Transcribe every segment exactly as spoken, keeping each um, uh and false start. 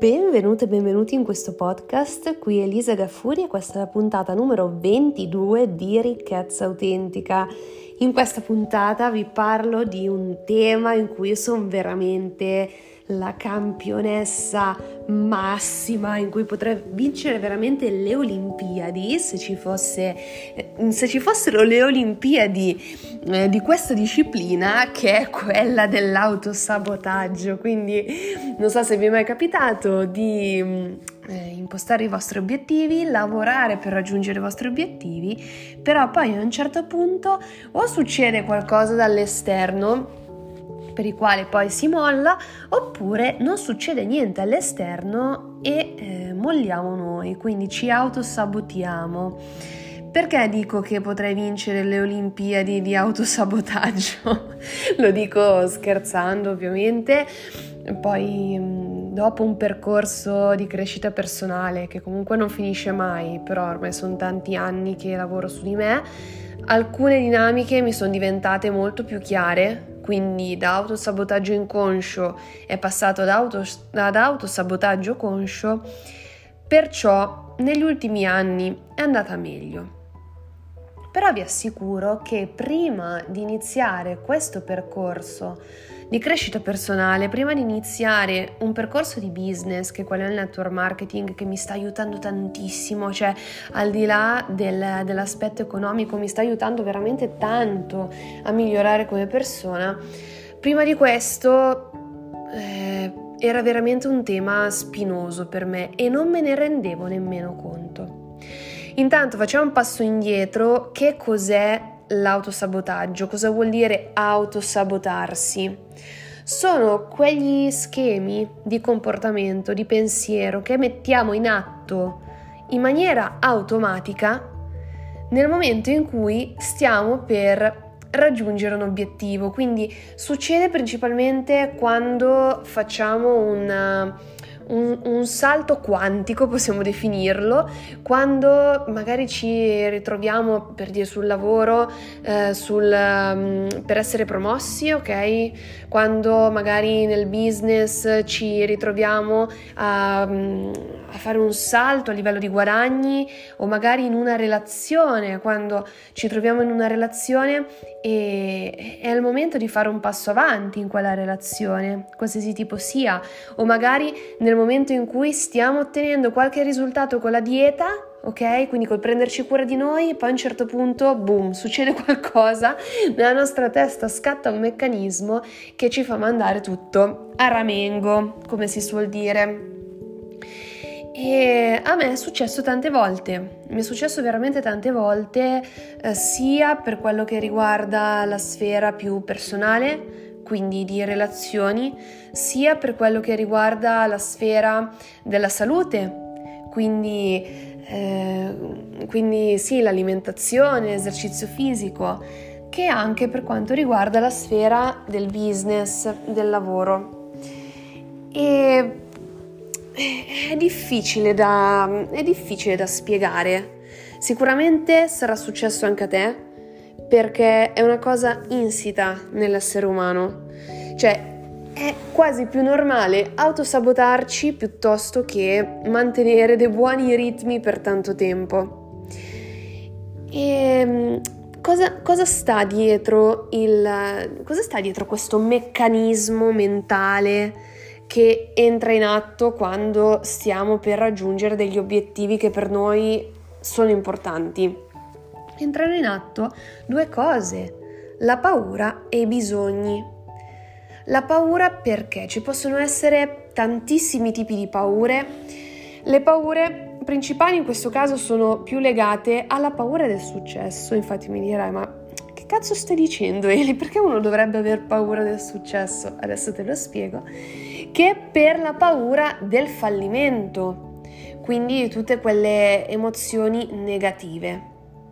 Benvenute e benvenuti in questo podcast, qui è Elisa Gaffuri e questa è la puntata numero ventidue di Ricchezza Autentica. In questa puntata vi parlo di un tema in cui io sono veramente la campionessa massima, in cui potrei vincere veramente le Olimpiadi se ci fosse se ci fossero le Olimpiadi eh, di questa disciplina, che è quella dell'autosabotaggio. Quindi non so se vi è mai capitato di eh, impostare i vostri obiettivi, lavorare per raggiungere i vostri obiettivi, però poi a un certo punto o succede qualcosa dall'esterno per il quale poi si molla, oppure non succede niente all'esterno e eh, molliamo noi, quindi ci autosabotiamo. Perché dico che potrei vincere le Olimpiadi di autosabotaggio? Lo dico scherzando, ovviamente. Poi dopo un percorso di crescita personale che comunque non finisce mai, però ormai sono tanti anni che lavoro su di me, alcune dinamiche mi sono diventate molto più chiare. Quindi da autosabotaggio inconscio è passato ad, auto, ad autosabotaggio conscio, perciò negli ultimi anni è andata meglio. Però vi assicuro che prima di iniziare questo percorso di crescita personale, prima di iniziare un percorso di business, che è quello del network marketing, che mi sta aiutando tantissimo, cioè al di là del, dell'aspetto economico mi sta aiutando veramente tanto a migliorare come persona, prima di questo eh, era veramente un tema spinoso per me e non me ne rendevo nemmeno conto. Intanto facciamo un passo indietro. Che cos'è l'autosabotaggio? Cosa vuol dire autosabotarsi? Sono quegli schemi di comportamento, di pensiero che mettiamo in atto in maniera automatica nel momento in cui stiamo per raggiungere un obiettivo. Quindi succede principalmente quando facciamo un Un, un salto quantico, possiamo definirlo, quando magari ci ritroviamo, per dire, sul lavoro, eh, sul, um, per essere promossi, ok? Quando magari nel business ci ritroviamo a, um, a fare un salto a livello di guadagni, o magari in una relazione, quando ci troviamo in una relazione e è il momento di fare un passo avanti in quella relazione, qualsiasi tipo sia, o magari nel momento in cui stiamo ottenendo qualche risultato con la dieta, ok? Quindi col prenderci cura di noi, e poi a un certo punto, boom, succede qualcosa, nella nostra testa scatta un meccanismo che ci fa mandare tutto a ramengo, come si suol dire. E a me è successo tante volte, mi è successo veramente tante volte, eh, sia per quello che riguarda la sfera più personale, quindi di relazioni, sia per quello che riguarda la sfera della salute, quindi, eh, quindi sì, l'alimentazione, l'esercizio fisico, che anche per quanto riguarda la sfera del business, del lavoro. E È difficile da, è difficile da spiegare. Sicuramente sarà successo anche a te, perché è una cosa insita nell'essere umano. Cioè, è quasi più normale autosabotarci piuttosto che mantenere dei buoni ritmi per tanto tempo. E cosa, cosa sta dietro il, cosa sta dietro questo meccanismo mentale che entra in atto quando stiamo per raggiungere degli obiettivi che per noi sono importanti? Entrano in atto due cose: la paura e i bisogni. La paura, perché ci possono essere tantissimi tipi di paure. Le paure principali in questo caso sono più legate alla paura del successo. Infatti mi dirai: ma che cazzo stai dicendo, Eli? Perché uno dovrebbe aver paura del successo? Adesso te lo spiego. Che per la paura del fallimento, quindi tutte quelle emozioni negative.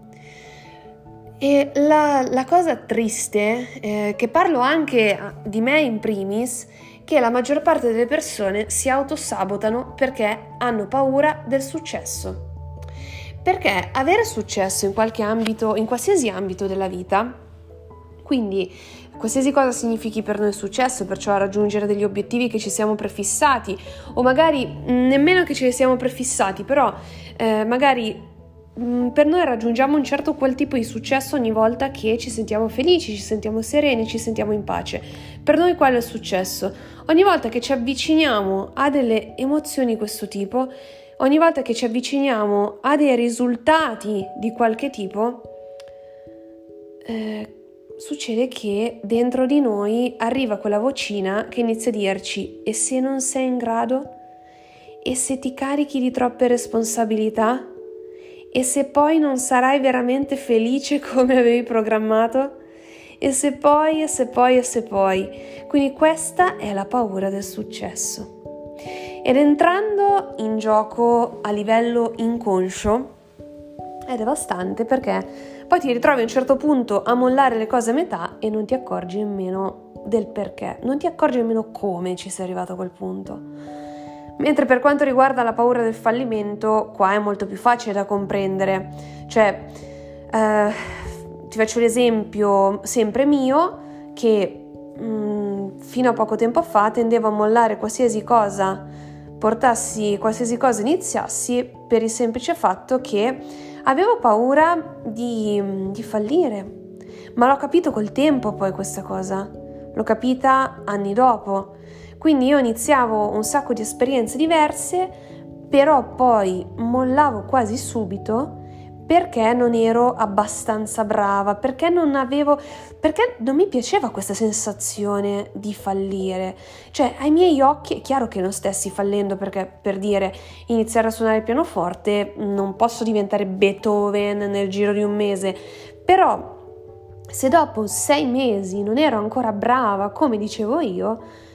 E la, la cosa triste, eh, che parlo anche di me in primis, che la maggior parte delle persone si autosabotano perché hanno paura del successo. Perché avere successo in qualche ambito, in qualsiasi ambito della vita, Quindi qualsiasi cosa significhi per noi successo, perciò raggiungere degli obiettivi che ci siamo prefissati, o magari nemmeno che ce li siamo prefissati, però eh, magari mh, per noi raggiungiamo un certo quel tipo di successo ogni volta che ci sentiamo felici, ci sentiamo sereni, ci sentiamo in pace. Per noi quello è il successo. Ogni volta che ci avviciniamo a delle emozioni di questo tipo, ogni volta che ci avviciniamo a dei risultati di qualche tipo, eh, succede che dentro di noi arriva quella vocina che inizia a dirci: e se non sei in grado? E se ti carichi di troppe responsabilità? E se poi non sarai veramente felice come avevi programmato? E se poi, e se poi, e se poi. Quindi questa è la paura del successo. Ed entrando in gioco a livello inconscio è devastante, perché poi ti ritrovi a un certo punto a mollare le cose a metà e non ti accorgi nemmeno del perché, non ti accorgi nemmeno come ci sei arrivato a quel punto. Mentre per quanto riguarda la paura del fallimento, qua è molto più facile da comprendere. Cioè, eh, ti faccio l'esempio sempre mio, che mh, fino a poco tempo fa tendevo a mollare qualsiasi cosa, portassi qualsiasi cosa iniziassi, per il semplice fatto che avevo paura di, di fallire. Ma l'ho capito col tempo poi questa cosa, l'ho capita anni dopo. Quindi io iniziavo un sacco di esperienze diverse, però poi mollavo quasi subito perché non ero abbastanza brava, perché non avevo, perché non mi piaceva questa sensazione di fallire. Cioè, ai miei occhi è chiaro che non stessi fallendo, perché, per dire, iniziare a suonare il pianoforte non posso diventare Beethoven nel giro di un mese, però se dopo sei mesi non ero ancora brava come dicevo io,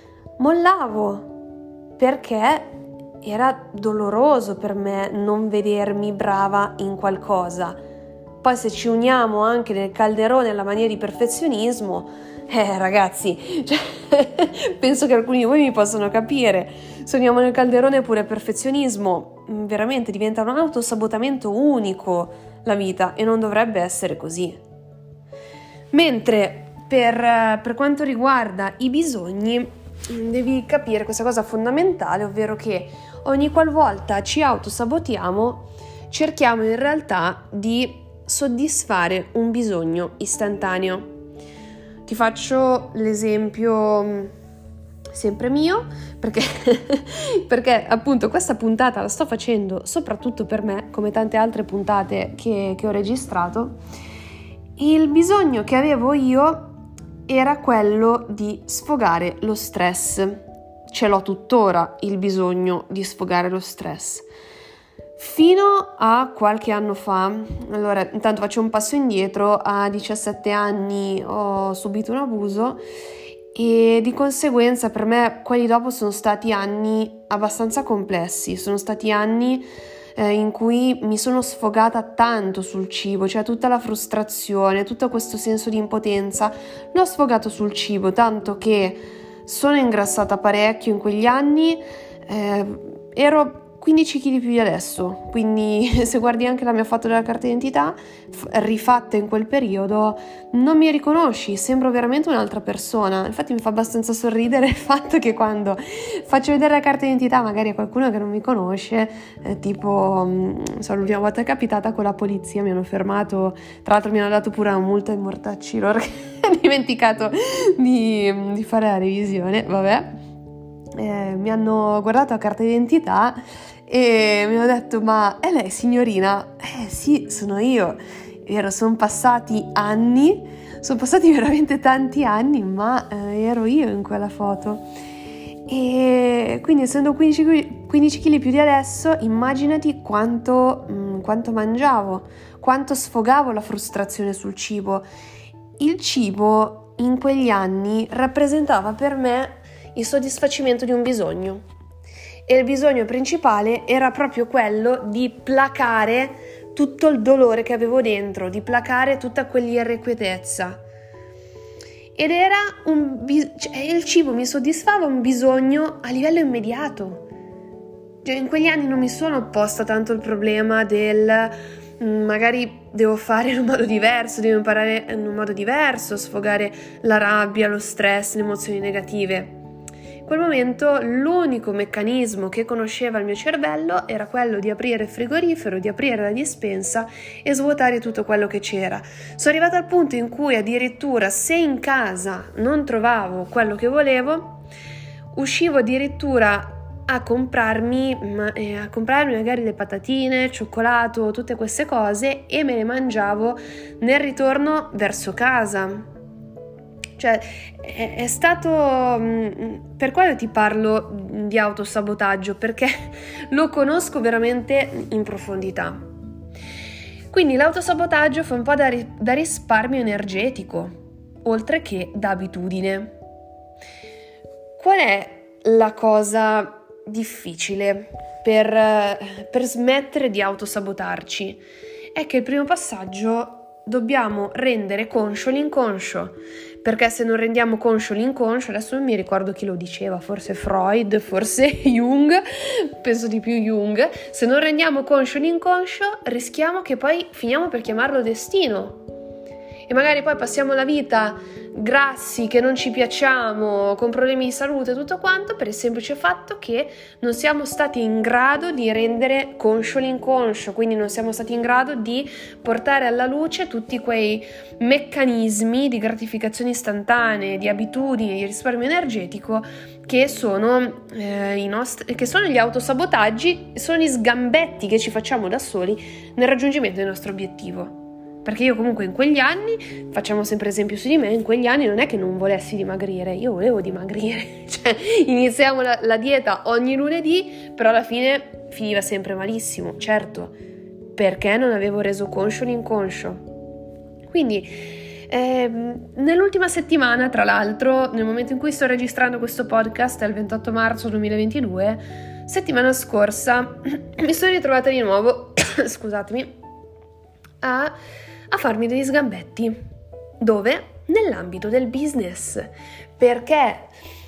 mollavo, perché era doloroso per me non vedermi brava in qualcosa. Poi se ci uniamo anche nel calderone alla mania di perfezionismo, eh ragazzi, cioè, penso che alcuni di voi mi possano capire. Se uniamo nel calderone pure perfezionismo, veramente diventa un autosabotamento unico la vita, e non dovrebbe essere così. Mentre per, per quanto riguarda i bisogni, devi capire questa cosa fondamentale, ovvero che ogni qualvolta ci autosabotiamo, cerchiamo in realtà di soddisfare un bisogno istantaneo. Ti faccio l'esempio sempre mio, perché, perché appunto questa puntata la sto facendo soprattutto per me, come tante altre puntate che, che ho registrato. Il bisogno che avevo io era quello di sfogare lo stress. Ce l'ho tuttora il bisogno di sfogare lo stress. Fino a qualche anno fa, allora intanto faccio un passo indietro, a diciassette anni ho subito un abuso e di conseguenza per me quelli dopo sono stati anni abbastanza complessi, sono stati anni eh, in cui mi sono sfogata tanto sul cibo, cioè tutta la frustrazione, tutto questo senso di impotenza l'ho sfogato sul cibo, tanto che sono ingrassata parecchio in quegli anni, eh, ero quindici chili più di adesso, quindi se guardi anche la mia foto della carta d'identità f- rifatta in quel periodo non mi riconosci, sembro veramente un'altra persona. Infatti mi fa abbastanza sorridere il fatto che quando faccio vedere la carta d'identità magari a qualcuno che non mi conosce, eh, tipo mh, so, l'ultima volta è capitata con la polizia, mi hanno fermato, tra l'altro mi hanno dato pure una multa di mortacci loro che ho dimenticato di, di fare la revisione, vabbè. Eh, mi hanno guardato la carta d'identità e mi hanno detto: ma è lei signorina? Eh sì, sono io. Vero, sono passati anni, sono passati veramente tanti anni, ma eh, ero io in quella foto. E quindi essendo quindici chili più di adesso, immaginati quanto, mh, quanto mangiavo, quanto sfogavo la frustrazione sul cibo. Il cibo in quegli anni rappresentava per me il soddisfacimento di un bisogno, e il bisogno principale era proprio quello di placare tutto il dolore che avevo dentro, di placare tutta quell'irrequietezza. Ed era un bis- cioè, il cibo mi soddisfava un bisogno a livello immediato. Cioè, in quegli anni non mi sono posta tanto il problema del magari devo fare in un modo diverso, devo imparare in un modo diverso, sfogare la rabbia, lo stress, le emozioni negative. In quel momento l'unico meccanismo che conosceva il mio cervello era quello di aprire il frigorifero, di aprire la dispensa e svuotare tutto quello che c'era. Sono arrivata al punto in cui addirittura se in casa non trovavo quello che volevo, uscivo addirittura a comprarmi, ma, eh, a comprarmi magari le patatine, il cioccolato, tutte queste cose e me le mangiavo nel ritorno verso casa. Cioè è, è stato, per quello ti parlo di autosabotaggio, perché lo conosco veramente in profondità. Quindi l'autosabotaggio fa un po' da, ri, da risparmio energetico, oltre che da abitudine. Qual è la cosa difficile per, per smettere di autosabotarci? È che il primo passaggio dobbiamo rendere conscio l'inconscio, perché se non rendiamo conscio l'inconscio, adesso non mi ricordo chi lo diceva, forse Freud, forse Jung, penso di più Jung, se non rendiamo conscio l'inconscio rischiamo che poi finiamo per chiamarlo destino e magari poi passiamo la vita grassi, che non ci piacciamo, con problemi di salute e tutto quanto, per il semplice fatto che non siamo stati in grado di rendere conscio l'inconscio, quindi non siamo stati in grado di portare alla luce tutti quei meccanismi di gratificazione istantanee, di abitudini, di risparmio energetico che sono eh, i nostri, che sono gli autosabotaggi, sono gli sgambetti che ci facciamo da soli nel raggiungimento del nostro obiettivo. Perché io comunque in quegli anni, facciamo sempre esempio su di me, in quegli anni non è che non volessi dimagrire, io volevo dimagrire, cioè iniziamo la, la dieta ogni lunedì, però alla fine finiva sempre malissimo, certo, perché non avevo reso conscio l'inconscio. Quindi eh, nell'ultima settimana, tra l'altro, nel momento in cui sto registrando questo podcast, è il ventotto marzo duemilaventidue, settimana scorsa mi sono ritrovata di nuovo, scusatemi, a... a farmi degli sgambetti. Dove? Nell'ambito del business. Perché,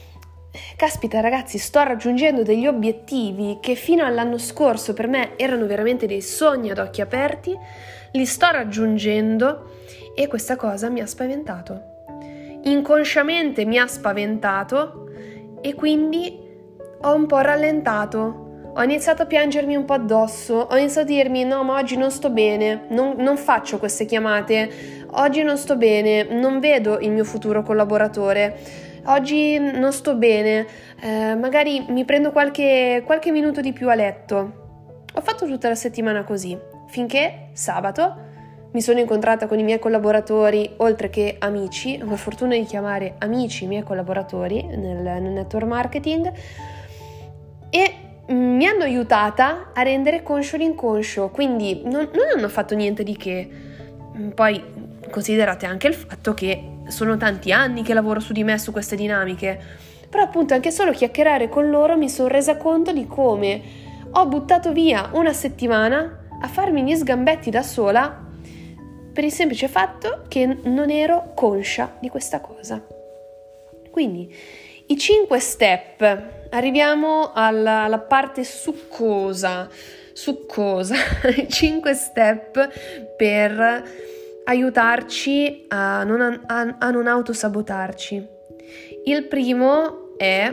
caspita ragazzi, sto raggiungendo degli obiettivi che fino all'anno scorso per me erano veramente dei sogni ad occhi aperti, li sto raggiungendo e questa cosa mi ha spaventato. Inconsciamente mi ha spaventato e quindi ho un po' rallentato. Ho iniziato a piangermi un po' addosso, ho iniziato a dirmi no ma oggi non sto bene, non, non faccio queste chiamate, oggi non sto bene, non vedo il mio futuro collaboratore, oggi non sto bene, eh, magari mi prendo qualche, qualche minuto di più a letto. Ho fatto tutta la settimana così, finché sabato mi sono incontrata con i miei collaboratori, oltre che amici, ho la fortuna di chiamare amici i miei collaboratori nel, nel network marketing, e mi hanno aiutata a rendere conscio l'inconscio, quindi non, non hanno fatto niente di che. Poi considerate anche il fatto che sono tanti anni che lavoro su di me, su queste dinamiche, però appunto anche solo chiacchierare con loro mi sono resa conto di come ho buttato via una settimana a farmi gli sgambetti da sola per il semplice fatto che non ero conscia di questa cosa. Quindi i cinque step. Arriviamo alla, alla parte succosa, succosa, cinque step per aiutarci a non, a, a non autosabotarci. Il primo è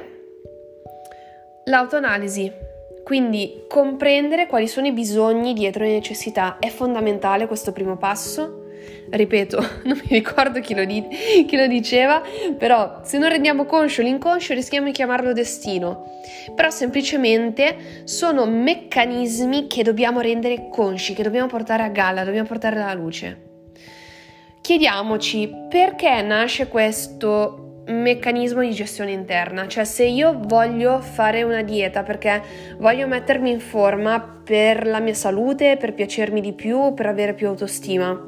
l'autoanalisi, quindi comprendere quali sono i bisogni dietro le necessità. È fondamentale questo primo passo. Ripeto, non mi ricordo chi lo, di- chi lo diceva, però se non rendiamo conscio l'inconscio rischiamo di chiamarlo destino. Però semplicemente sono meccanismi che dobbiamo rendere consci, che dobbiamo portare a galla, dobbiamo portare alla luce. Chiediamoci perché nasce questo meccanismo di gestione interna. Cioè, se io voglio fare una dieta perché voglio mettermi in forma per la mia salute, per piacermi di più, per avere più autostima,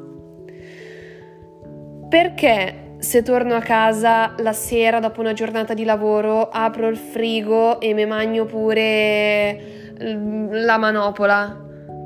perché se torno a casa la sera dopo una giornata di lavoro apro il frigo e mi mangio pure la manopola?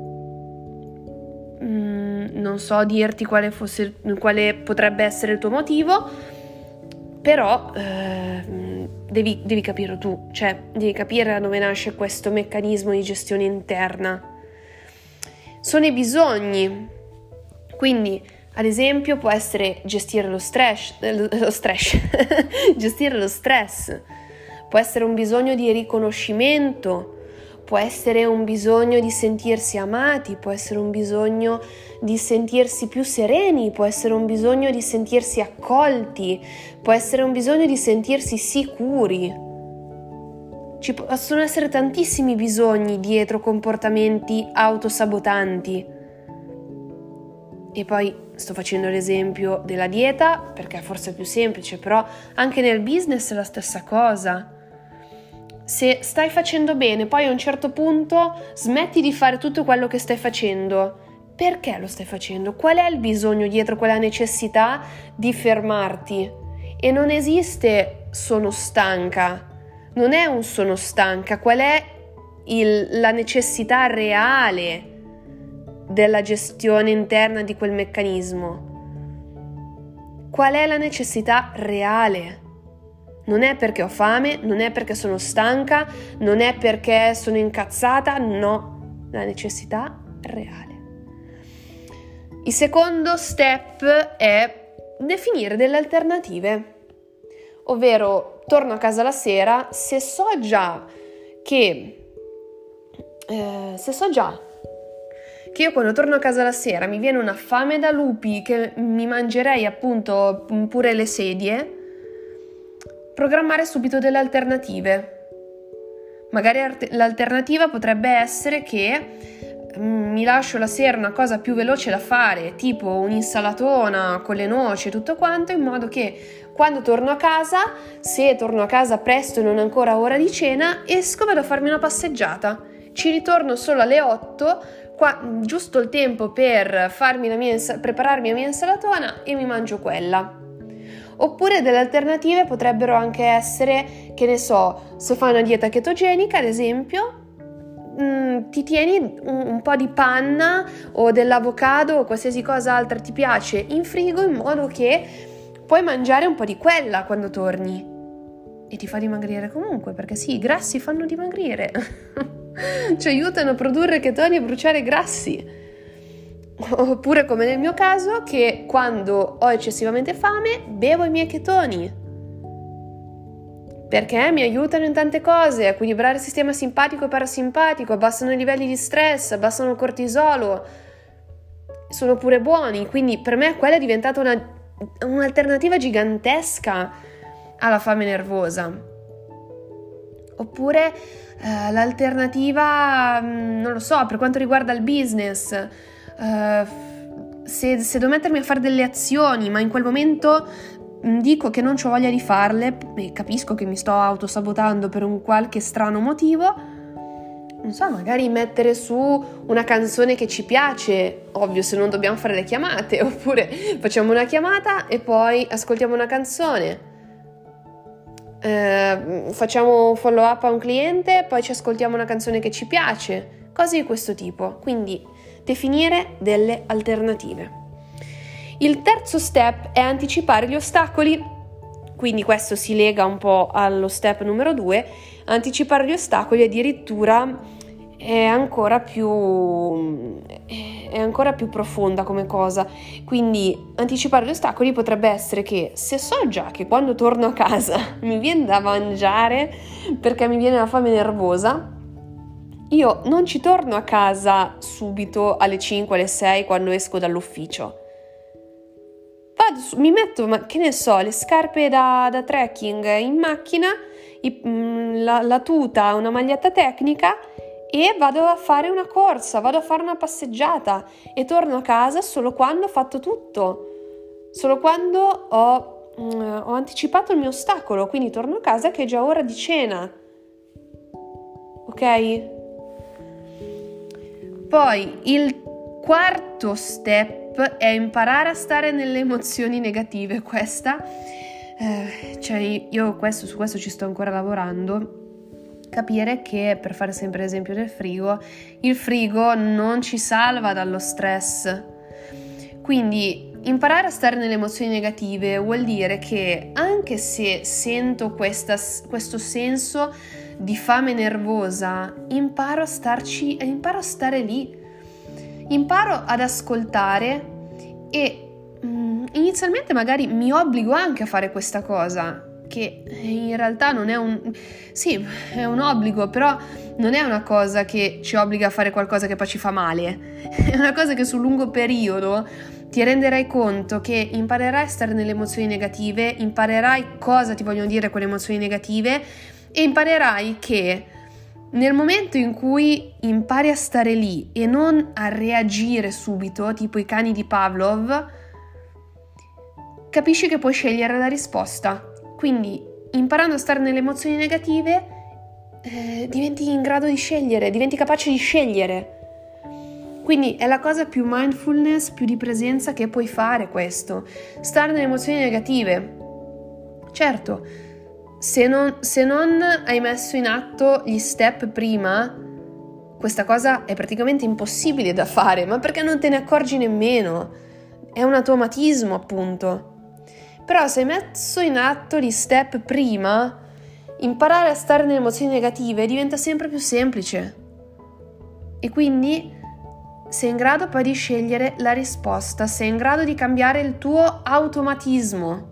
Mm, non so dirti quale fosse, quale potrebbe essere il tuo motivo, però eh, devi, devi capire tu, cioè devi capire da dove nasce questo meccanismo di gestione interna. sono i bisogni. Quindi, ad esempio, può essere gestire lo stress, lo stress, gestire lo stress, può essere un bisogno di riconoscimento, può essere un bisogno di sentirsi amati, può essere un bisogno di sentirsi più sereni, può essere un bisogno di sentirsi accolti, può essere un bisogno di sentirsi sicuri. Ci possono essere tantissimi bisogni dietro comportamenti autosabotanti. E poi sto facendo l'esempio della dieta perché forse è più semplice, però anche nel business è la stessa cosa. Se stai facendo bene, poi a un certo punto smetti di fare tutto quello che stai facendo. Perché lo stai facendo? Qual è il bisogno dietro quella necessità di fermarti? E non esiste sono stanca, non è un sono stanca, qual è il, la necessità reale della gestione interna di quel meccanismo? Qual è la necessità reale? Non è perché ho fame, non è perché sono stanca, non è perché sono incazzata, no, la necessità reale. Il secondo step è definire delle alternative, ovvero torno a casa la sera, se so già che eh, se so già che io quando torno a casa la sera mi viene una fame da lupi che mi mangerei appunto pure le sedie, programmare subito delle alternative. Magari l'alternativa potrebbe essere che mi lascio la sera una cosa più veloce da fare, tipo un'insalatona con le noci e tutto quanto, in modo che quando torno a casa, se torno a casa presto e non è ancora ora di cena, esco e vado a farmi una passeggiata. Ci ritorno solo alle otto, qua, giusto il tempo per farmi la mia, prepararmi la mia insalatona e mi mangio quella. Oppure delle alternative potrebbero anche essere, che ne so, se fai una dieta chetogenica, ad esempio, mh, ti tieni un, un po' di panna o dell'avocado o qualsiasi cosa altra ti piace in frigo, in modo che puoi mangiare un po' di quella quando torni. E ti fa dimagrire comunque, perché sì, i grassi fanno dimagrire. Ci aiutano a produrre chetoni e a bruciare grassi. Oppure come nel mio caso, che quando ho eccessivamente fame bevo i miei chetoni, perché mi aiutano in tante cose, a equilibrare il sistema simpatico e parasimpatico, abbassano i livelli di stress, abbassano il cortisolo, sono pure buoni. Quindi per me quella è diventata una, un'alternativa gigantesca alla fame nervosa. Oppure eh, l'alternativa, non lo so, per quanto riguarda il business, Uh, se, se devo mettermi a fare delle azioni ma in quel momento mh, dico che non ho voglia di farle e capisco che mi sto autosabotando per un qualche strano motivo, non so, magari mettere su una canzone che ci piace, ovvio se non dobbiamo fare le chiamate, oppure facciamo una chiamata e poi ascoltiamo una canzone, uh, facciamo un follow up a un cliente, poi ci ascoltiamo una canzone che ci piace, cose di questo tipo. Quindi definire delle alternative. Il terzo step è anticipare gli ostacoli, quindi questo si lega un po' allo step numero due. Anticipare gli ostacoli addirittura è ancora più è ancora più profonda come cosa. Quindi anticipare gli ostacoli potrebbe essere che se so già che quando torno a casa mi viene da mangiare perché mi viene la fame nervosa, io non ci torno a casa subito alle cinque, alle sei quando esco dall'ufficio. Vado, mi metto, ma che ne so, le scarpe da, da trekking in macchina, i, la, la tuta, una maglietta tecnica e vado a fare una corsa, vado a fare una passeggiata e torno a casa solo quando ho fatto tutto, solo quando ho, mm, ho anticipato il mio ostacolo, quindi torno a casa che è già ora di cena. Ok? Poi il quarto step è imparare a stare nelle emozioni negative. Questa, eh, cioè io questo, su questo ci sto ancora lavorando. Capire che, per fare sempre l'esempio del frigo, il frigo non ci salva dallo stress. Quindi imparare a stare nelle emozioni negative vuol dire che anche se sento questa, questo senso di fame nervosa, imparo a starci, imparo a stare lì, imparo ad ascoltare e mh, inizialmente magari mi obbligo anche a fare questa cosa, che in realtà non è un... sì, è un obbligo, però non è una cosa che ci obbliga a fare qualcosa che poi ci fa male, è una cosa che sul lungo periodo ti renderai conto che imparerai a stare nelle emozioni negative, imparerai cosa ti vogliono dire quelle emozioni negative e imparerai che nel momento in cui impari a stare lì e non a reagire subito, tipo i cani di Pavlov, capisci che puoi scegliere la risposta. Quindi, imparando a stare nelle emozioni negative, eh, diventi in grado di scegliere, diventi capace di scegliere. Quindi è la cosa più mindfulness, più di presenza che puoi fare questo. Stare nelle emozioni negative. Certo, se non, se non hai messo in atto gli step prima, questa cosa è praticamente impossibile da fare, ma perché non te ne accorgi nemmeno? È un automatismo, appunto. Però se hai messo in atto gli step prima, imparare a stare nelle emozioni negative diventa sempre più semplice. E quindi sei in grado poi di scegliere la risposta, sei in grado di cambiare il tuo automatismo.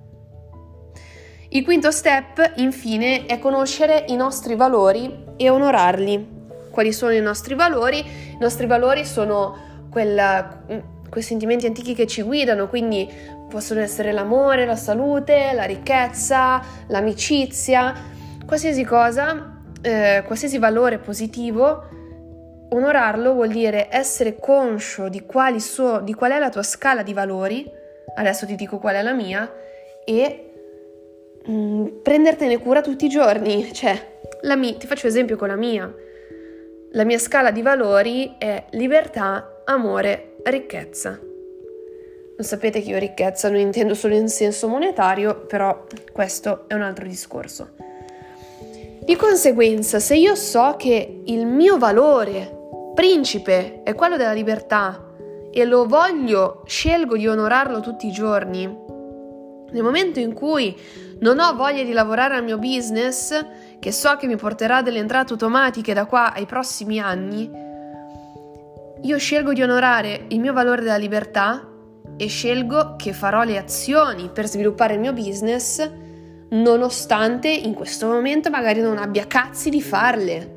Il quinto step, infine, è conoscere i nostri valori e onorarli. Quali sono i nostri valori? I nostri valori sono quella, quei sentimenti antichi che ci guidano, quindi possono essere l'amore, la salute, la ricchezza, l'amicizia, qualsiasi cosa, eh, qualsiasi valore positivo. Onorarlo vuol dire essere conscio di, quali so, di qual è la tua scala di valori, adesso ti dico qual è la mia, e mh, prendertene cura tutti i giorni. Cioè, la mia, ti faccio esempio con la mia. La mia scala di valori è libertà, amore, ricchezza. Non sapete che io ricchezza non intendo solo in senso monetario, però questo è un altro discorso. Di conseguenza, se io so che il mio valore principe è quello della libertà e lo voglio, scelgo di onorarlo tutti i giorni, nel momento in cui non ho voglia di lavorare al mio business, che so che mi porterà delle entrate automatiche da qua ai prossimi anni, io scelgo di onorare il mio valore della libertà e scelgo che farò le azioni per sviluppare il mio business, nonostante in questo momento magari non abbia cazzi di farle.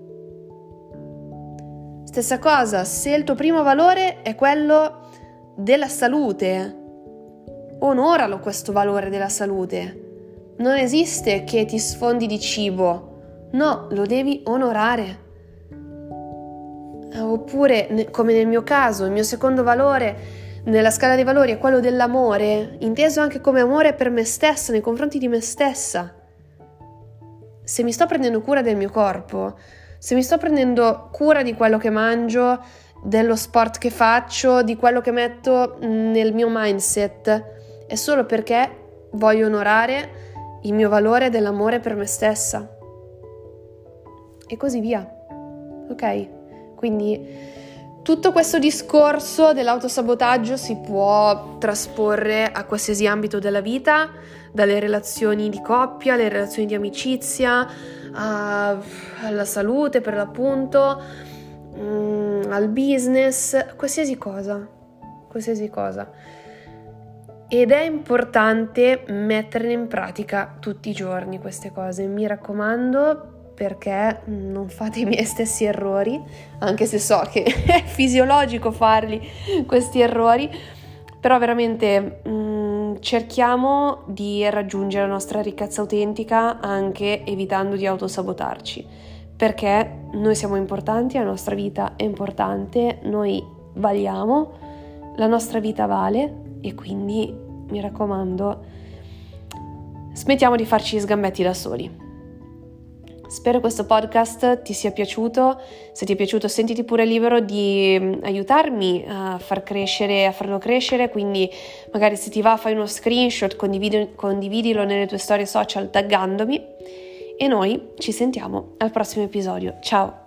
Stessa cosa, se il tuo primo valore è quello della salute, onoralo questo valore della salute. Non esiste che ti sfondi di cibo, no, lo devi onorare. Oppure, come nel mio caso, il mio secondo valore nella scala dei valori è quello dell'amore, inteso anche come amore per me stessa, nei confronti di me stessa. Se mi sto prendendo cura del mio corpo, se mi sto prendendo cura di quello che mangio, dello sport che faccio, di quello che metto nel mio mindset, è solo perché voglio onorare il mio valore dell'amore per me stessa. E così via. Ok? Quindi tutto questo discorso dell'autosabotaggio si può trasporre a qualsiasi ambito della vita, dalle relazioni di coppia, alle relazioni di amicizia, a, alla salute per l'appunto, mh, al business, qualsiasi cosa, qualsiasi cosa. Ed è importante metterle in pratica tutti i giorni queste cose, mi raccomando, perché non fate i miei stessi errori, anche se so che è fisiologico farli questi errori, però veramente mh, cerchiamo di raggiungere la nostra ricchezza autentica anche evitando di autosabotarci, perché noi siamo importanti, la nostra vita è importante, noi valiamo, la nostra vita vale, e quindi mi raccomando, smettiamo di farci sgambetti da soli. Spero questo podcast ti sia piaciuto. Se ti è piaciuto, sentiti pure libero di aiutarmi a far crescere, a farlo crescere, quindi magari se ti va fai uno screenshot, condividi, condividilo nelle tue storie social taggandomi, e noi ci sentiamo al prossimo episodio. Ciao!